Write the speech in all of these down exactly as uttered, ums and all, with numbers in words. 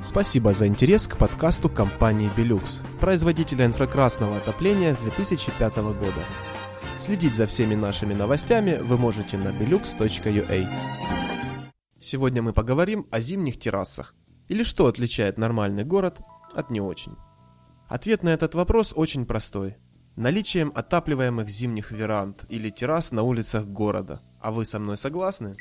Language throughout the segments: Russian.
Спасибо за интерес к подкасту компании Belux, производителя инфракрасного отопления с две тысячи пятого года. Следить за всеми нашими новостями вы можете на belux точка ю а. Сегодня мы поговорим о зимних террасах. Или что отличает нормальный город от не очень. Ответ на этот вопрос очень простой. Наличием отапливаемых зимних веранд или террас на улицах города. А вы со мной согласны?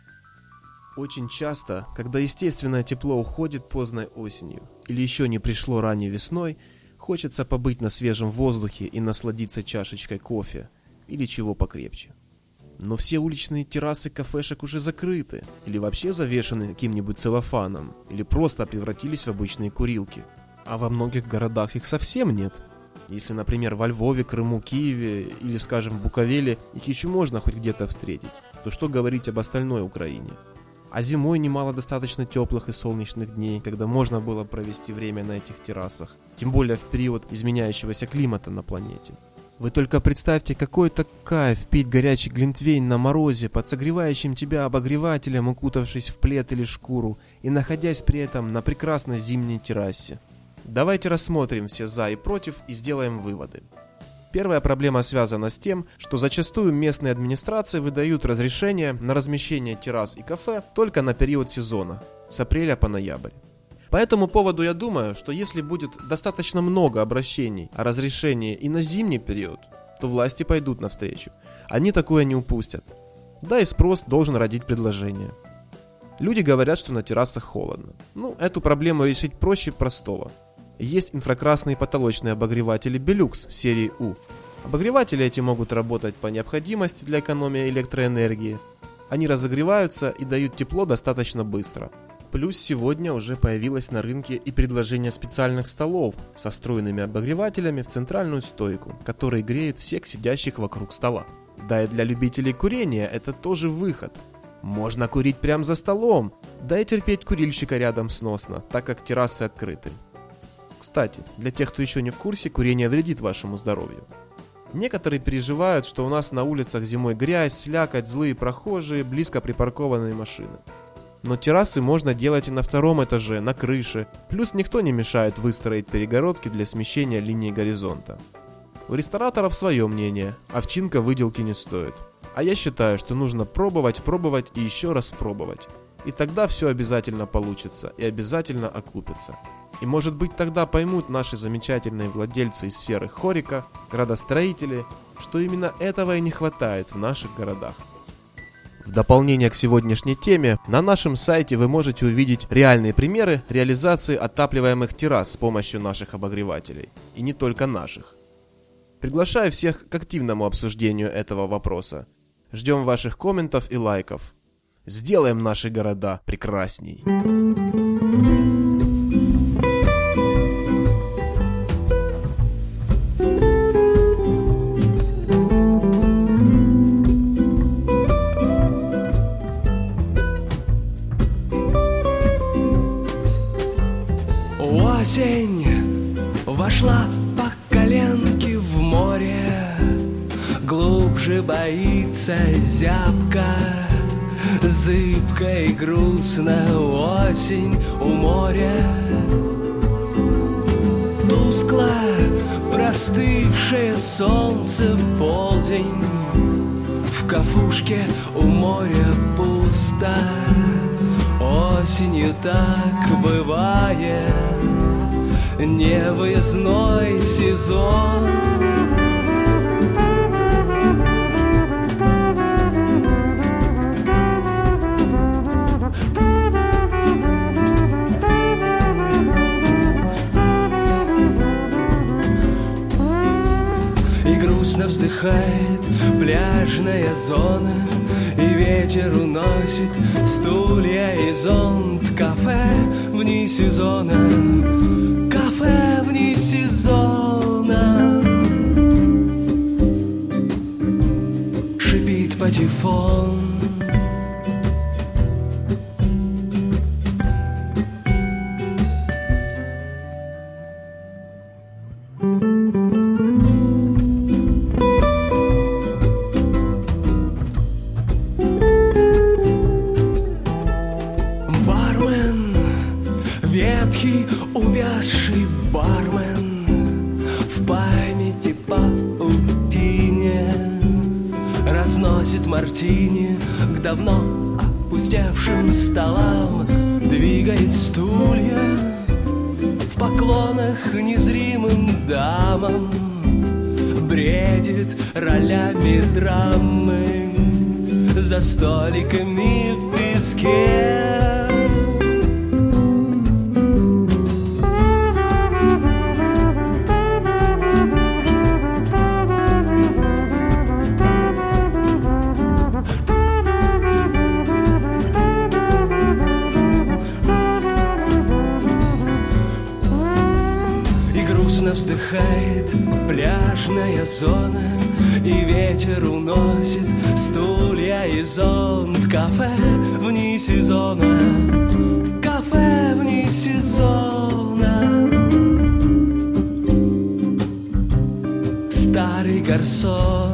Очень часто, когда естественное тепло уходит поздной осенью или еще не пришло ранней весной, хочется побыть на свежем воздухе и насладиться чашечкой кофе или чего покрепче. Но все уличные террасы кафешек уже закрыты или вообще завешаны каким-нибудь целлофаном или просто превратились в обычные курилки. А во многих городах их совсем нет. Если, например, во Львове, Крыму, Киеве или, скажем, Буковеле их еще можно хоть где-то встретить, то что говорить об остальной Украине? А зимой немало достаточно теплых и солнечных дней, когда можно было провести время на этих террасах, тем более в период изменяющегося климата на планете. Вы только представьте, какой это кайф пить горячий глинтвейн на морозе, под согревающим тебя обогревателем, укутавшись в плед или шкуру, и находясь при этом на прекрасной зимней террасе. Давайте рассмотрим все за и против и сделаем выводы. Первая проблема связана с тем, что зачастую местные администрации выдают разрешение на размещение террас и кафе только на период сезона, с апреля по ноябрь. По этому поводу я думаю, что если будет достаточно много обращений о разрешении и на зимний период, то власти пойдут навстречу. Они такое не упустят. Да и спрос должен родить предложение. Люди говорят, что на террасах холодно. Ну, эту проблему решить проще простого. Есть инфракрасные потолочные обогреватели Belux серии U. Обогреватели эти могут работать по необходимости для экономии электроэнергии. Они разогреваются и дают тепло достаточно быстро. Плюс сегодня уже появилось на рынке и предложение специальных столов со встроенными обогревателями в центральную стойку, которые греют всех сидящих вокруг стола. Да и для любителей курения это тоже выход. Можно курить прямо за столом, да и терпеть курильщика рядом сносно, так как террасы открыты. Кстати, для тех, кто еще не в курсе, курение вредит вашему здоровью. Некоторые переживают, что у нас на улицах зимой грязь, слякоть, злые прохожие, близко припаркованные машины. Но террасы можно делать и на втором этаже, на крыше, плюс никто не мешает выстроить перегородки для смещения линии горизонта. У рестораторов свое мнение, овчинка выделки не стоит. А я считаю, что нужно пробовать, пробовать и еще раз пробовать. И тогда все обязательно получится и обязательно окупится. И может быть тогда поймут наши замечательные владельцы из сферы хорика, градостроители, что именно этого и не хватает в наших городах. В дополнение к сегодняшней теме, на нашем сайте вы можете увидеть реальные примеры реализации отапливаемых террас с помощью наших обогревателей. И не только наших. Приглашаю всех к активному обсуждению этого вопроса. Ждем ваших комментов и лайков. Сделаем наши города прекрасней. Осень вошла по коленке в море, глубже боится зябко, зыбко и грустно осень у моря. Тускло простывшее солнце в полдень, в кафушке у моря пусто. Осенью так бывает, невыездной сезон. И грустно вздыхает пляжная зона, и ветер уносит стулья и зонт. Кафе вне сезона, кафе вне сезона. Шипит патефон. ветхий, увязший бармен в памяти паутине разносит мартини к давно опустевшим столам, двигает стулья в поклонах незримым дамам, бредит ролями драмы за столиками в песке. Вздыхает пляжная зона, и ветер уносит стулья и зонт. Кафе вне сезона, кафе вне сезона. Старый гарсон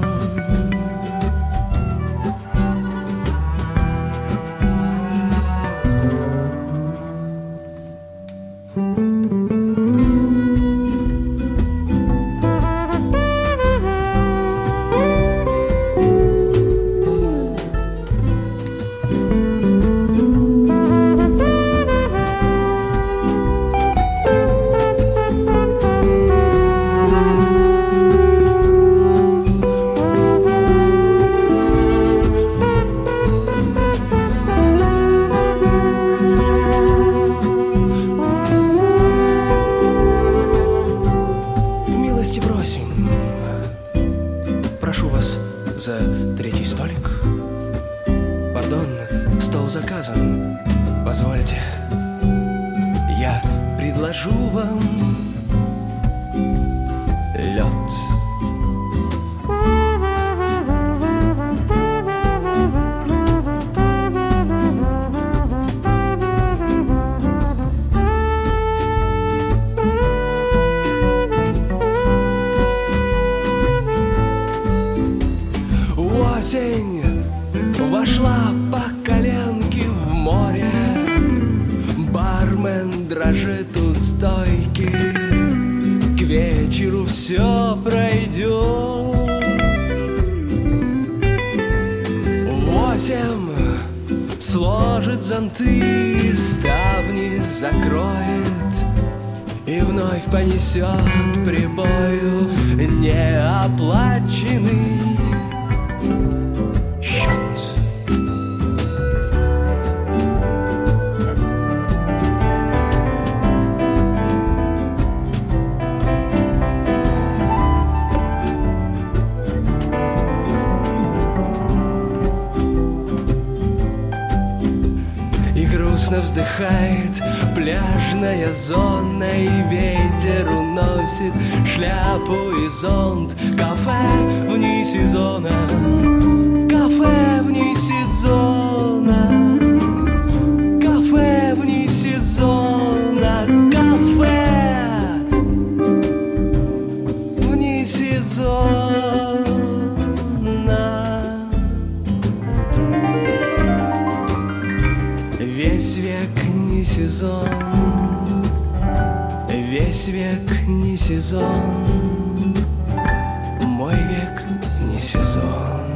заказан. Позвольте, я предложу вам лед. Осень вошла по коленке в море, бармен дрожит у стойки, к вечеру все пройдет. Восемь сложит зонты, ставни закроет и вновь понесет прибою неоплаченный вздыхает пляжная зона, и ветер уносит шляпу и зонт. Кафе вне сезона, кафе вне сезона, кафе вне сезона, кафе вне сезона. Весь век не сезон, весь век не сезон, мой век не сезон.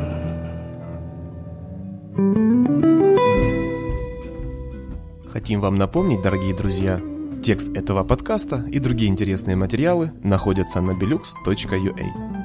Хотим вам напомнить, дорогие друзья, текст этого подкаста и другие интересные материалы находятся на белюкс точка ю а.